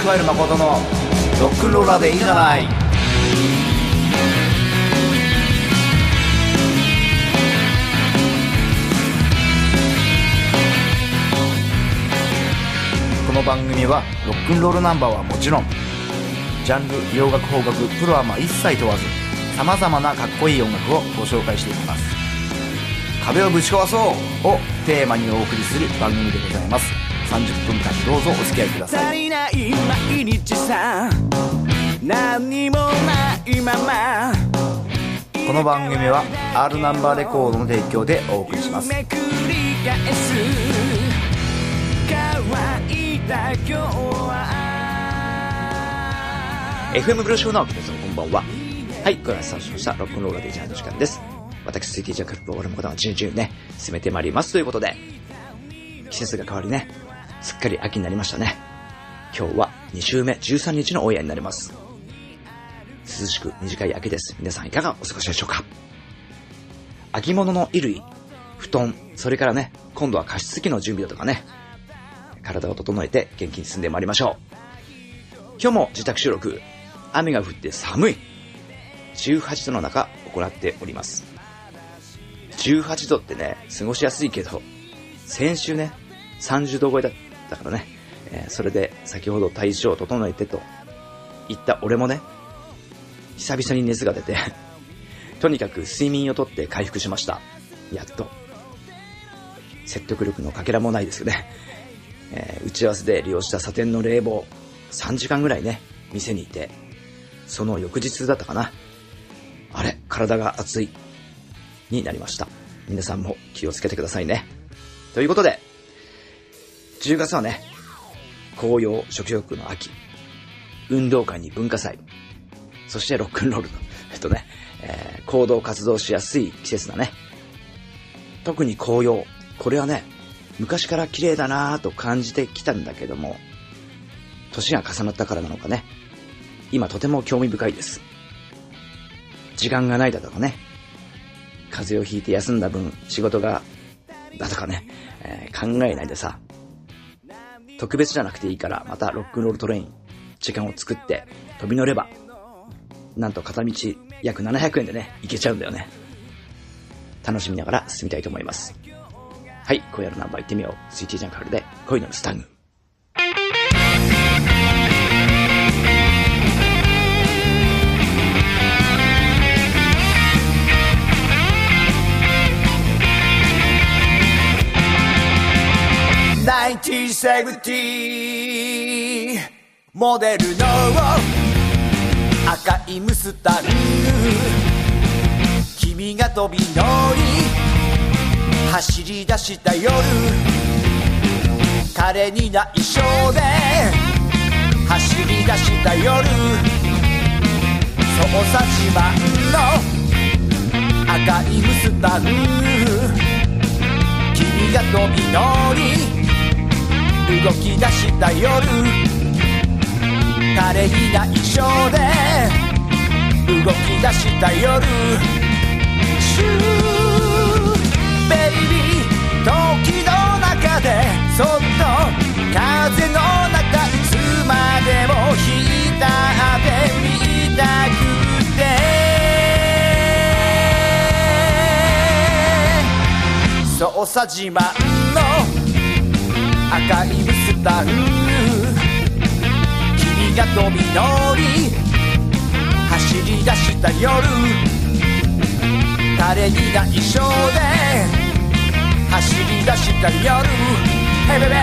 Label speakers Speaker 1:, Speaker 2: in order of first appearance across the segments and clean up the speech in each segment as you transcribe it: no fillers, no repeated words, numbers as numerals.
Speaker 1: 桑原誠のロックンローラーでいいじゃない。この番組はロックンロールナンバーはもちろん、ジャンル、洋楽、邦楽、プロアマ一切問わず、様々なかっこいい音楽をご紹介していきます。壁をぶち壊そうをテーマにお送りする番組でございます。30分間どうぞお付き合いください。
Speaker 2: 足りない毎日さ、何もないまま。
Speaker 1: この番組は R ナンバーレコードの提供でお送りします。
Speaker 2: めくり返す乾いた今日は
Speaker 3: FM ブロショーの皆さんこんばんは。はい、ご覧いただきましたロックンローラーでジャーの時間です。私スイティジャックルプログラムことは順々ね進めてまいりますということで、季節が変わりね、すっかり秋になりましたね。今日は2週目13日のオンエアになります。涼しく短い秋です。皆さんいかがお過ごしでしょうか。秋物の衣類、布団、それからね、今度は加湿器の準備だとかね、体を整えて元気に進んでまいりましょう。今日も自宅収録、雨が降って寒い18度の中行っております。18度ってね、過ごしやすいけど、先週ね30度超えだったからね、それで先ほど体調を整えてと言った俺もね、久々に熱が出てとにかく睡眠をとって回復しました。やっと。説得力のかけらもないですよね。打ち合わせで利用したサテンの冷房3時間ぐらいね店にいて、その翌日だったかな、あれ体が熱いになりました。皆さんも気をつけてくださいね。ということで10月はね、紅葉食欲の秋、運動会に文化祭、そしてロックンロールのね、行動活動しやすい季節だね。特に紅葉、これはね昔から綺麗だなぁと感じてきたんだけども、年が重なったからなのかね、今とても興味深いです。時間がないだとかね、風邪をひいて休んだ分仕事がだとかね、考えないでさ、特別じゃなくていいからまたロックンロールトレイン時間を作って飛び乗れば、なんと片道約700円でね行けちゃうんだよね。楽しみながら進みたいと思います。はい、今夜のナンバー行ってみよう。スイーティージャンカルで恋のスタング。
Speaker 2: 1970モデルの赤いムスタング、君が飛び乗り走り出した夜、彼に内緒で走り出した夜、そうさ自慢の赤いムスタング、君が飛び乗り動き出した夜、彼に内緒で動き出した夜、シューベイビー時の中でそっと風の中いつまでも浸ってみたくて、そうさ自慢の赤いムスタング、君が飛び乗り走り出した夜、彼に内緒で走り出した夜、ヘイベベー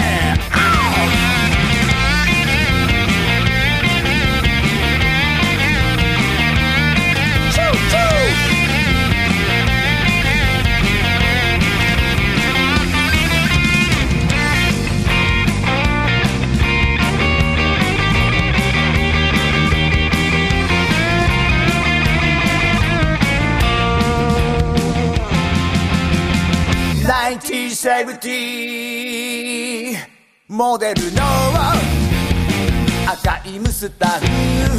Speaker 2: 1970モデルの赤いムスタング、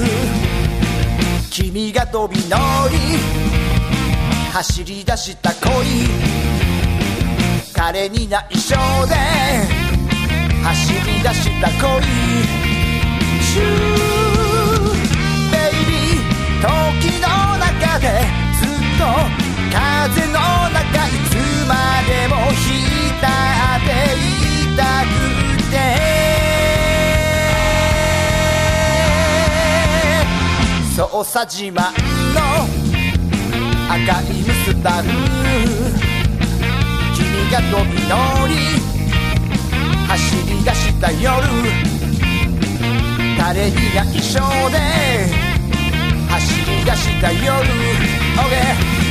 Speaker 2: 君が飛び乗り走り出した恋、彼に内緒で走り出した恋、シシューベイビー時の中でずっと風の中いつまでも浸っていたくてそうさ自慢の赤いムスタル君が飛び乗り走り出した夜誰に内緒で走り出した夜 OK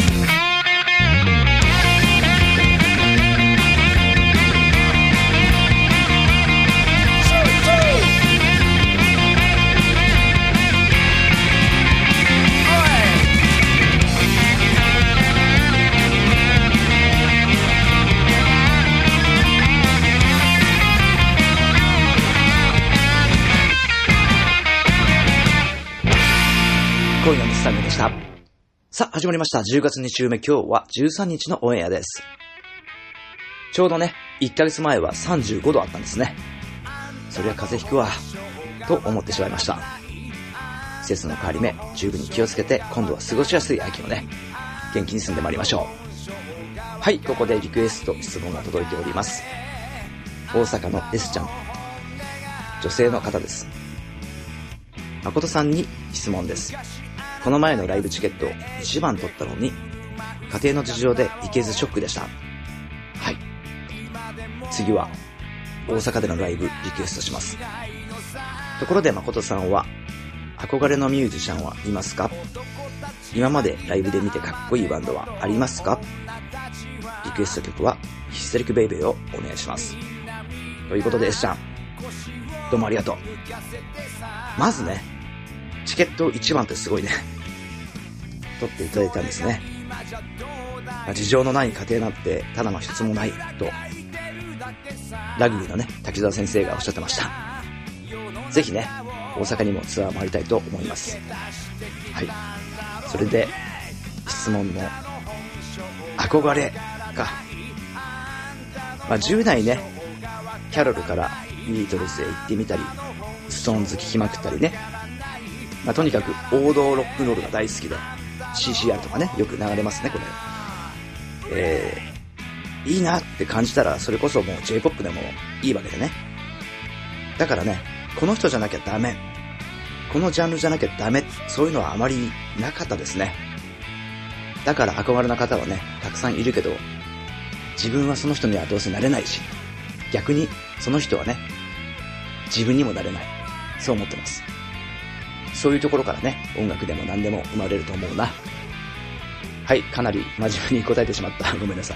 Speaker 3: 今夜のスタングでした。さあ、始まりました。10月2週目、今日は13日のオンエアです。ちょうどね、1ヶ月前は35度あったんですね。そりゃ風邪ひくわ、と思ってしまいました。季節の変わり目、十分に気をつけて、今度は過ごしやすい秋をね、元気に進んでまいりましょう。はい、ここでリクエスト、質問が届いております。大阪の S ちゃん。女性の方です。誠さんに質問です。この前のライブチケットを1番取ったのに家庭の事情で行けずショックでした。はい、次は大阪でのライブリクエストします。ところで誠さんは憧れのミュージシャンはいますか？今までライブで見てかっこいいバンドはありますか？リクエスト曲はヒステリックベイベーをお願いします。ということで S ちゃんどうもありがとう。まずね、チケット1番ってすごいね取っていただいたんですね。事情のない家庭なんてただの一つもないとラグビーのね滝沢先生がおっしゃってました。ぜひね大阪にもツアー回りたいと思います。はい、それで質問の憧れか、10代ねキャロルからビートルズへ行ってみたりストーンズ聴きまくったりね、とにかく王道ロックンロールが大好きで CCR とかねよく流れますねこれ。いいなって感じたらそれこそもう J-POP でもいいわけでね。だからねこの人じゃなきゃダメ、このジャンルじゃなきゃダメ、そういうのはあまりなかったですね。だから憧れの方はねたくさんいるけど自分はその人にはどうせなれないし、逆にその人はね自分にもなれない、そう思ってます。そういうところからね音楽でも何でも生まれると思うな。はい、かなり真面目に答えてしまった。ごめんなさい。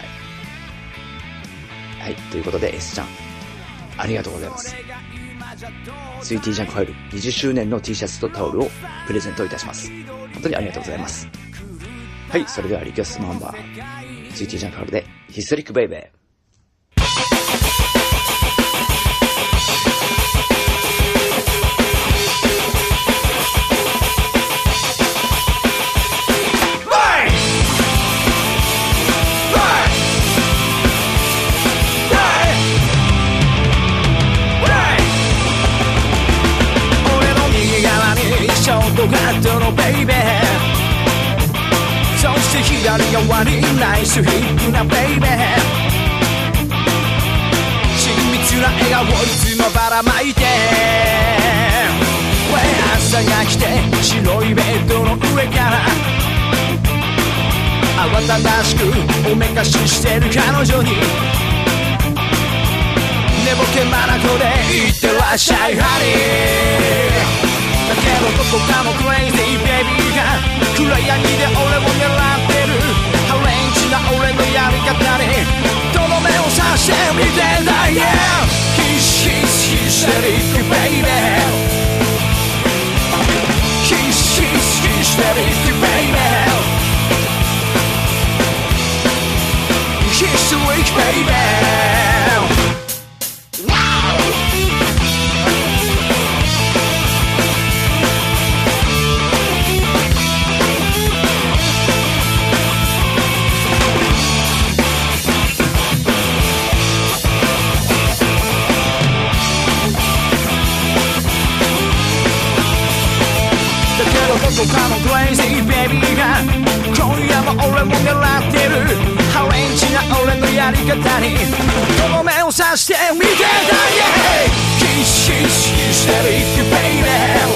Speaker 3: はい、ということで S ちゃんありがとうございます。スイーティージャンクファイル20周年の T シャツとタオルをプレゼントいたします。本当にありがとうございます。はい、それではリクエストナンバースイーティージャンクファイルでヒステリックベイベー。
Speaker 2: ガットのベイベー、そして左側にナイスヒップなベイベー、親密な笑顔をいつもばらまいて、朝が来て白いベッドの上から慌ただしくおめかししてる彼女に寝ぼけ眼で言ってらっしゃいハニー。だけどどこかのクレイジーベイビーが暗闇で俺を狙ってる、ハレンチな俺のやり方にとどめを刺してみてんだ、yeah! ヒスヒスヒステリックベイベー、ヒスヒスヒステリックベイベー、ヒステリックベイベー。 crazy baby が今夜も俺も狙ってるハレンチな俺のやり方にとどめを刺してみてだ Yeah Kiss kiss hysteric baby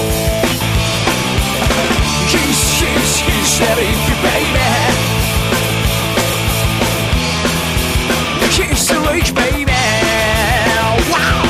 Speaker 2: Kiss kiss hysteric baby Hysteric baby Wow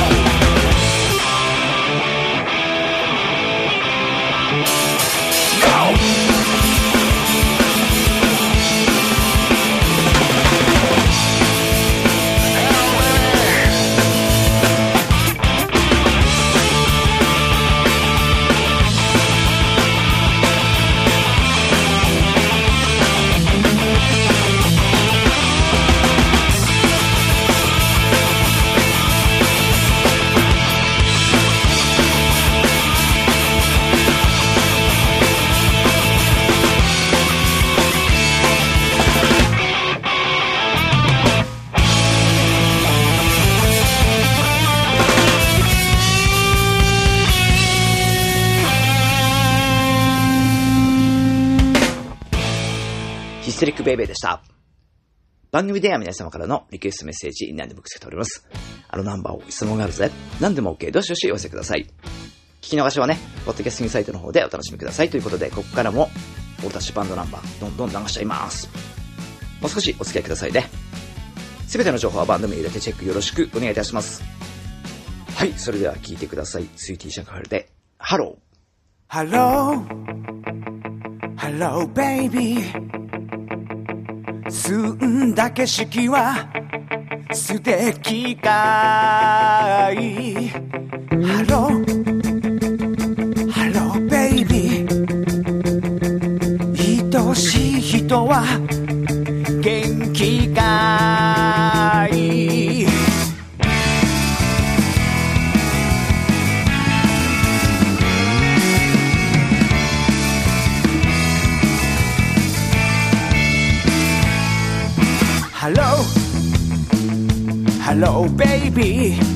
Speaker 3: ヒステリックベイベーでした。番組では皆様からのリクエストメッセージ何でも受け付けております。あのナンバーを質問があるぜ。何でも OK。どしどしお寄せください。聞き逃しはね、ポッドキャスティングサイトの方でお楽しみください。ということで、ここからも俺たちバンドナンバーどんどん流しちゃいます。もう少しお付き合いくださいね。すべての情報は番組入れてチェックよろしくお願いいたします。はい、それでは聞いてください。スイーティーシャンカールでハロー。
Speaker 2: ハローハローベイビー澄んだ景色は素敵かいハローハローベイビー愛しい人は元気かいハローハローベイビー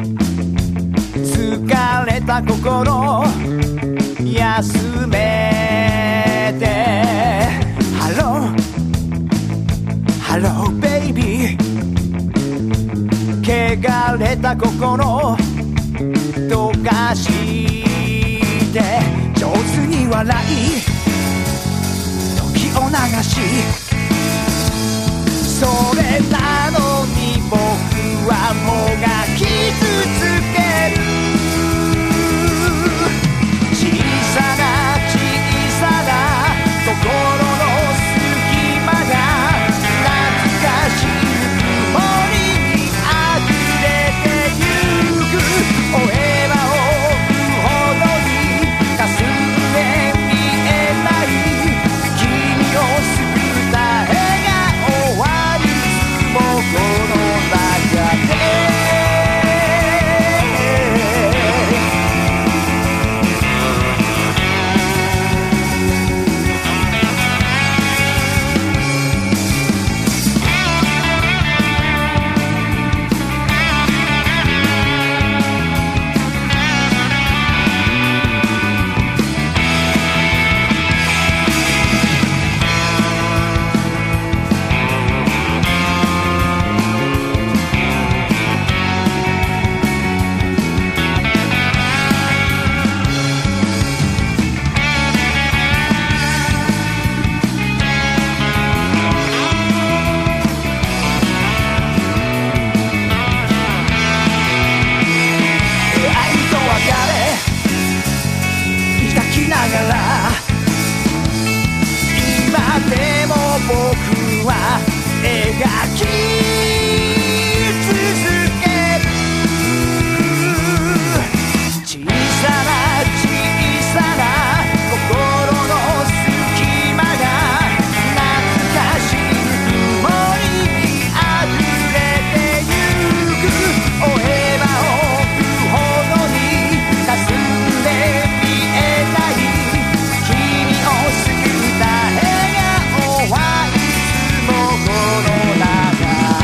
Speaker 2: 疲れた心休めてハローハローベイビー汚れた心溶かして上手に笑い時を流しそれなのに僕はもがき続ける小さな小さな心の隙間が懐かしい曇りにあふれてゆく追えば追うほどに霞んで見えない君を救った笑顔はいつもこの中でこの中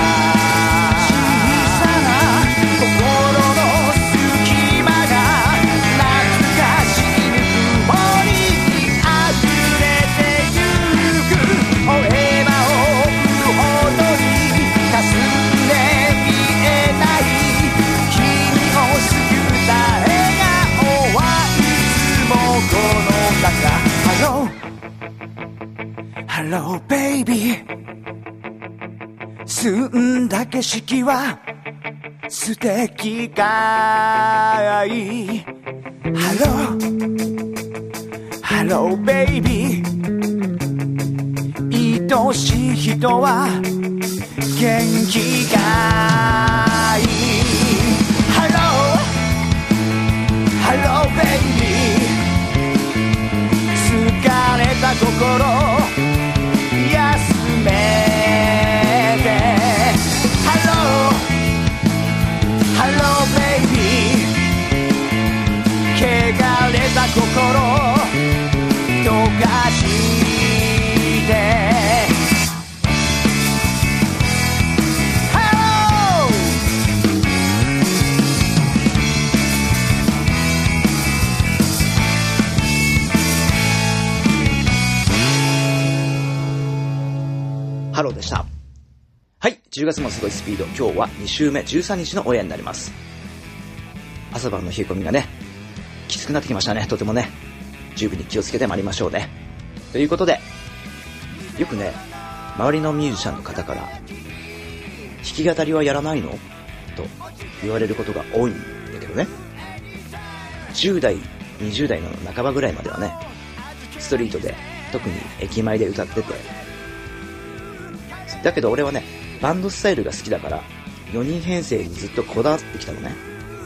Speaker 2: Hello baby 澄んだ景色は素敵かい Hello baby 愛しい人は元気かい Hello baby 疲れた心休めて Hello baby 汚れた心溶かして
Speaker 3: ハローでした。はい、10月もすごいスピード。今日は2週目13日のオンエアになります。朝晩の冷え込みがね、きつくなってきましたね。とてもね、十分に気をつけてまいりましょうね。ということで、よくね、周りのミュージシャンの方から弾き語りはやらないのと言われることが多いんだけどね、10代20代の半ばぐらいまではね、ストリートで特に駅前で歌ってて、だけど俺はね、バンドスタイルが好きだから4人編成にずっとこだわってきたのね。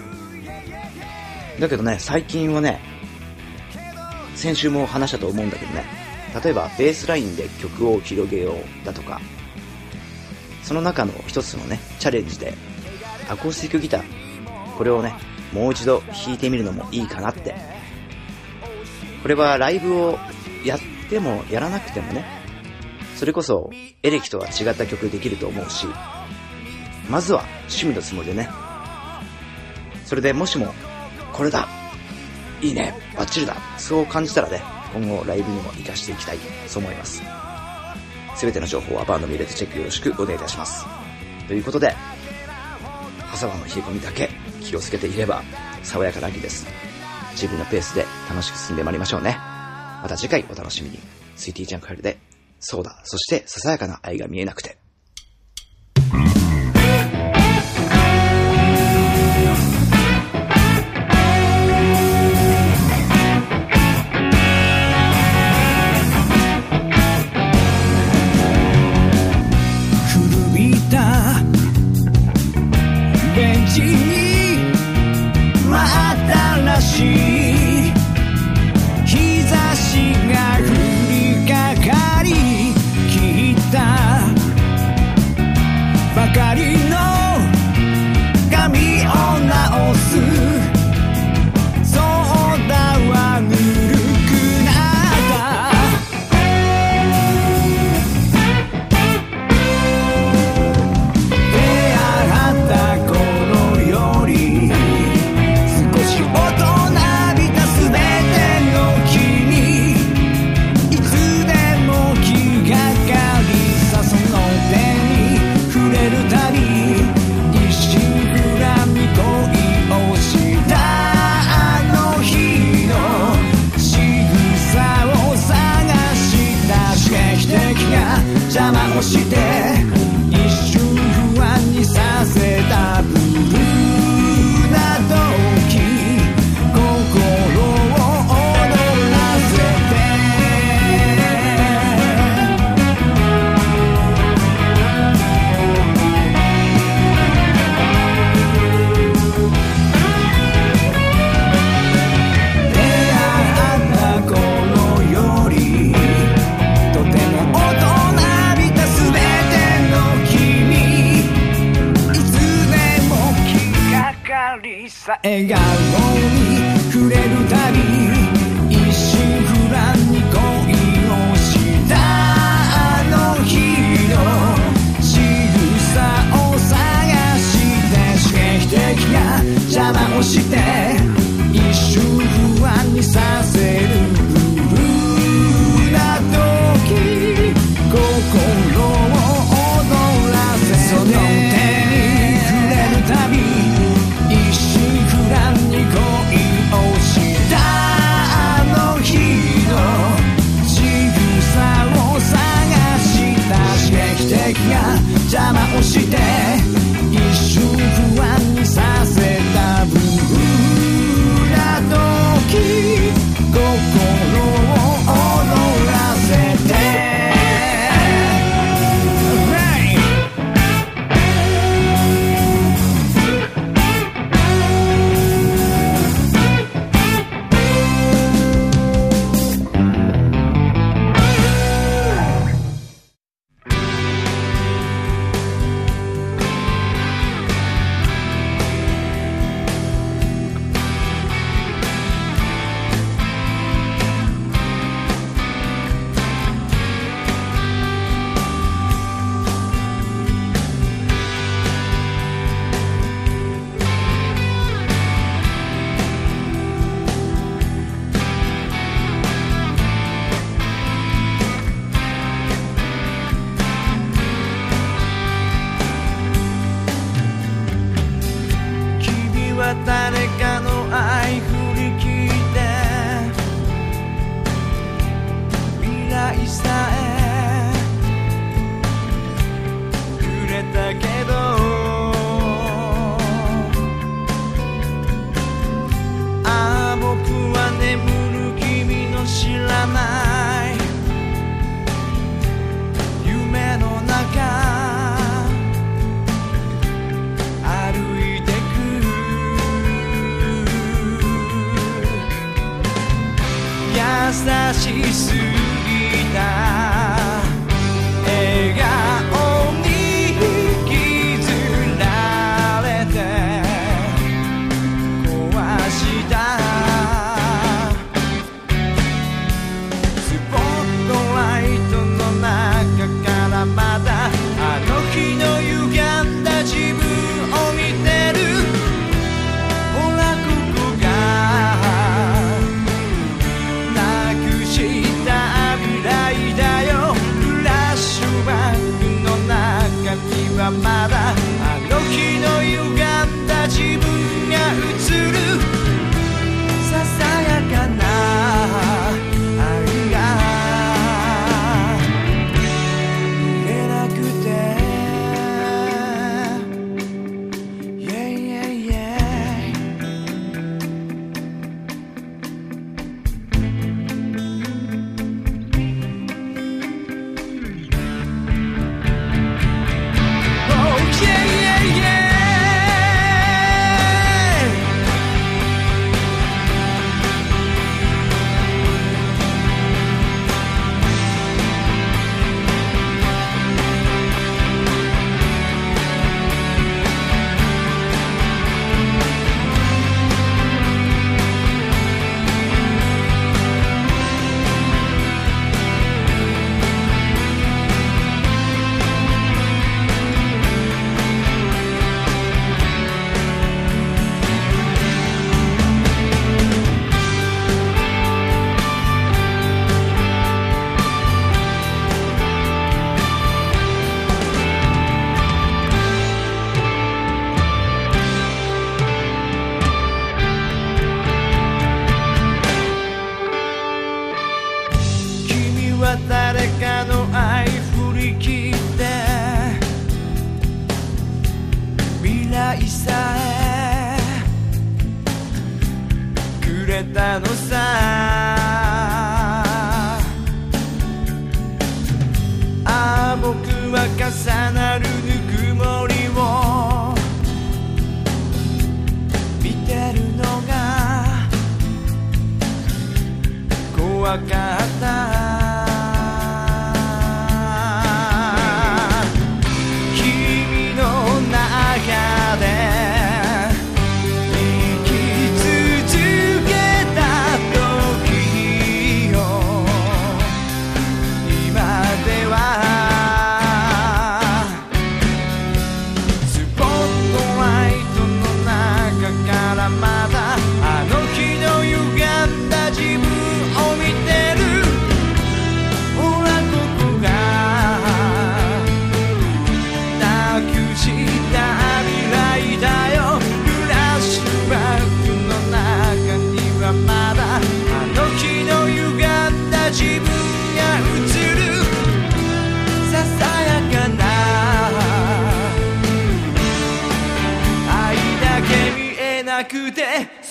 Speaker 3: だけどね、最近はね、先週も話したと思うんだけどね、例えばベースラインで曲を広げようだとか、その中の一つのね、チャレンジでアコースティックギター、これをね、もう一度弾いてみるのもいいかなって。これはライブをやってもやらなくてもね、それこそエレキとは違った曲できると思うし、まずは趣味のつもりでね。それでもしもこれだ、いいね、バッチリだ、そう感じたらね、今後ライブにも活かしていきたいと思います。すべての情報はバンドミレートチェックよろしくお願いいたします。ということで、朝晩の冷え込みだけ気をつけていれば爽やかな秋です。自分のペースで楽しく進んでまいりましょうね。また次回お楽しみに。スイーティージャンクファイルでそうだ、そしてささやかな愛が見えなくて。
Speaker 2: 古びたベンチに真新しい日差しが降りかかりきったばかりの髪を直す、そうだはぬるくなった出会った頃より少し大人びたすべての君、いつでも気がかりさ、その手に触れるたび一瞬ふらみ恋をしたあの日の仕草を探した刺激的が邪魔をして一瞬不安にさせたブルーな時、心を踊らせて出会った頃よりとても大人びたすべての君、いつでも気がかりさ笑顔に触れるたび一瞬不安に恋をしたあの日の仕草を探して刺激的が邪魔をして一瞬不安にさせるブルーな時、心を踊らせてその手に触れるたび一瞬不安に恋をしたして一瞬不安にさせたブルーな時心を踊らせて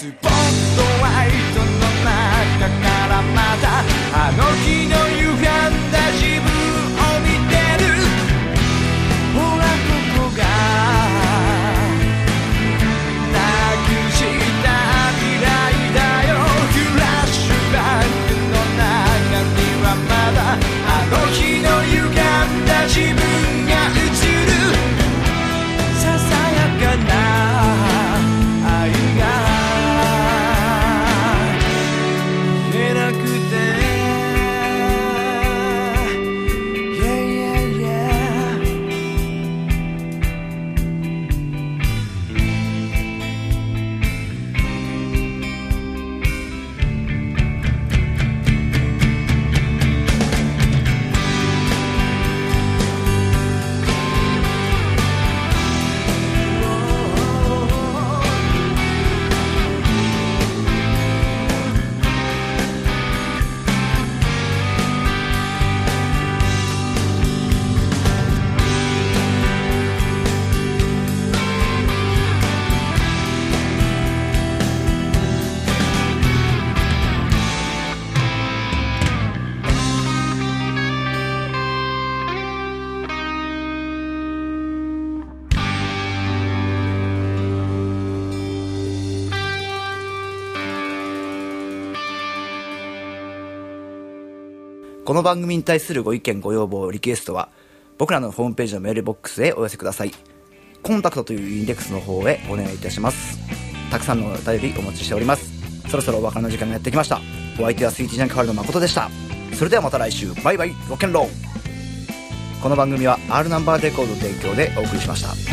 Speaker 2: スポットライトの中からまたあの日の歪んだ自分を見てる。ほらここがなくした未来だよ。フラッシュバックの中にはまだあの日の歪んだ自分が映る。ささやかな愛が言えなくて
Speaker 1: この番組に対するご意見ご要望リクエストは僕らのホームページのメールボックスへお寄せください。コンタクトというインデックスの方へお願いいたします。たくさんのお便りお待ちしております。そろそろお別れの時間がやってきました。お相手はスイーティージャンクハルの誠でした。それではまた来週、バイバイロッケンロー。この番組は R ナンバーレコード提供でお送りしました。